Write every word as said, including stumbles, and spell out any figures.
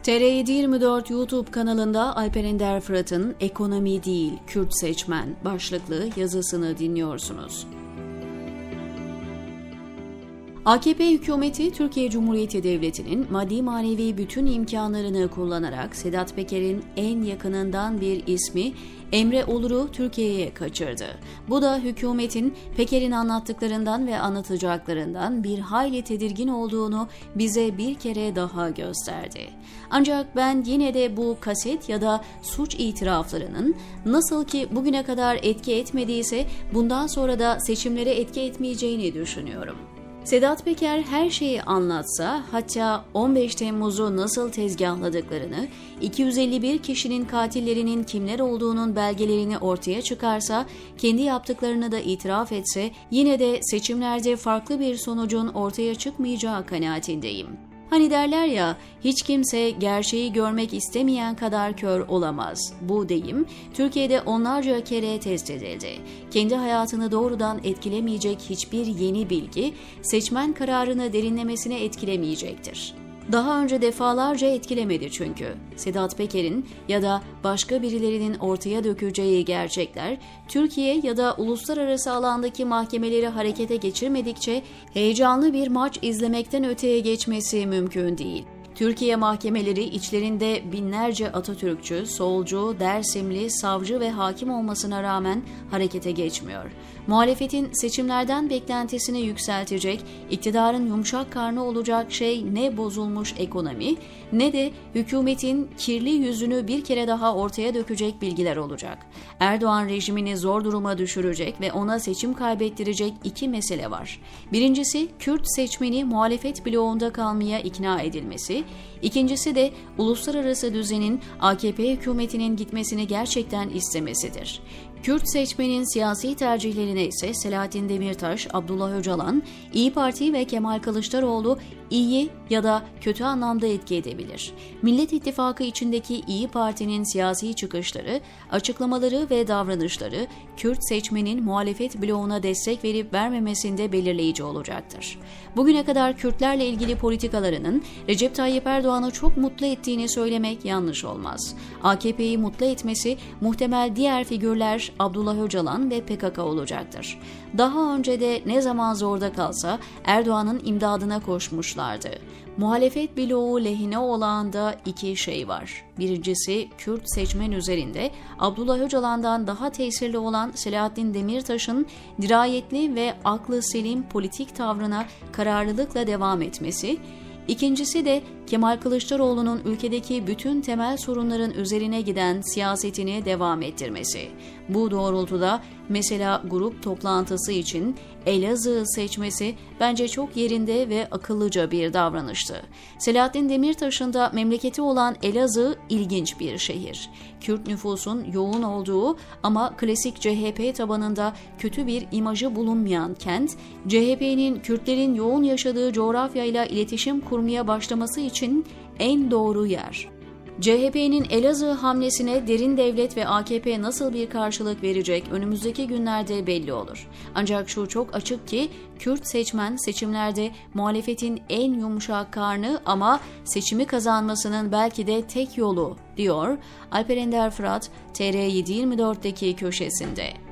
T R yedi yirmi dört YouTube kanalında Alper Ender Fırat'ın "Ekonomi değil, Kürt seçmen" başlıklı yazısını dinliyorsunuz. A K P hükümeti, Türkiye Cumhuriyeti Devleti'nin maddi manevi bütün imkanlarını kullanarak Sedat Peker'in en yakınından bir ismi Emre Olur'u Türkiye'ye kaçırdı. Bu da hükümetin Peker'in anlattıklarından ve anlatacaklarından bir hayli tedirgin olduğunu bize bir kere daha gösterdi. Ancak ben yine de bu kaset ya da suç itiraflarının nasıl ki bugüne kadar etki etmediyse bundan sonra da seçimlere etki etmeyeceğini düşünüyorum. Sedat Peker her şeyi anlatsa, hatta on beş Temmuz'u nasıl tezgahladıklarını, iki yüz elli bir kişinin katillerinin kimler olduğunun belgelerini ortaya çıkarsa, kendi yaptıklarını da itiraf etse, yine de seçimlerde farklı bir sonucun ortaya çıkmayacağı kanaatindeyim. Hani derler ya, hiç kimse gerçeği görmek istemeyen kadar kör olamaz. Bu deyim, Türkiye'de onlarca kere test edildi. Kendi hayatını doğrudan etkilemeyecek hiçbir yeni bilgi, seçmen kararını derinlemesine etkilemeyecektir. Daha önce defalarca etkilemedi çünkü. Sedat Peker'in ya da başka birilerinin ortaya dökeceği gerçekler, Türkiye ya da uluslararası alandaki mahkemeleri harekete geçirmedikçe heyecanlı bir maç izlemekten öteye geçmesi mümkün değil. Türkiye mahkemeleri içlerinde binlerce Atatürkçü, solcu, Dersimli, savcı ve hakim olmasına rağmen harekete geçmiyor. Muhalefetin seçimlerden beklentisini yükseltecek, iktidarın yumuşak karnı olacak şey ne bozulmuş ekonomi, ne de hükümetin kirli yüzünü bir kere daha ortaya dökecek bilgiler olacak. Erdoğan rejimini zor duruma düşürecek ve ona seçim kaybettirecek iki mesele var. Birincisi, Kürt seçmeni muhalefet bloğunda kalmaya ikna edilmesi, İkincisi de uluslararası düzenin A K P hükümetinin gitmesini gerçekten istemesidir. Kürt seçmenin siyasi tercihlerine ise Selahattin Demirtaş, Abdullah Öcalan, İyi Parti ve Kemal Kılıçdaroğlu iyi ya da kötü anlamda etki edebilir. Millet İttifakı içindeki İyi Parti'nin siyasi çıkışları, açıklamaları ve davranışları Kürt seçmenin muhalefet bloğuna destek verip vermemesinde belirleyici olacaktır. Bugüne kadar Kürtlerle ilgili politikalarının Recep Tayyip Erdoğan'ı çok mutlu ettiğini söylemek yanlış olmaz. A K P'yi mutlu etmesi muhtemel diğer figürler Abdullah Öcalan ve P K K olacaktır. Daha önce de ne zaman zorda kalsa Erdoğan'ın imdadına koşmuşlardı. Muhalefet bloğu lehine olan da iki şey var. Birincisi, Kürt seçmen üzerinde Abdullah Öcalan'dan daha tesirli olan Selahattin Demirtaş'ın dirayetli ve aklı selim politik tavrına kararlılıkla devam etmesi. İkincisi de Kemal Kılıçdaroğlu'nun ülkedeki bütün temel sorunların üzerine giden siyasetini devam ettirmesi. Bu doğrultuda mesela grup toplantısı için Elazığ'ı seçmesi bence çok yerinde ve akıllıca bir davranıştı. Selahattin Demirtaş'ın da memleketi olan Elazığ ilginç bir şehir. Kürt nüfusun yoğun olduğu ama klasik C H P tabanında kötü bir imajı bulunmayan kent, C H P'nin Kürtlerin yoğun yaşadığı coğrafyayla iletişim kurmaya başlaması için en doğru yer. C H P'nin Elazığ hamlesine derin devlet ve A K P nasıl bir karşılık verecek önümüzdeki günlerde belli olur. Ancak şu çok açık ki Kürt seçmen seçimlerde muhalefetin en yumuşak karnı ama seçimi kazanmasının belki de tek yolu, diyor Alper Ender Fırat T R yedi yirmi dört'teki köşesinde.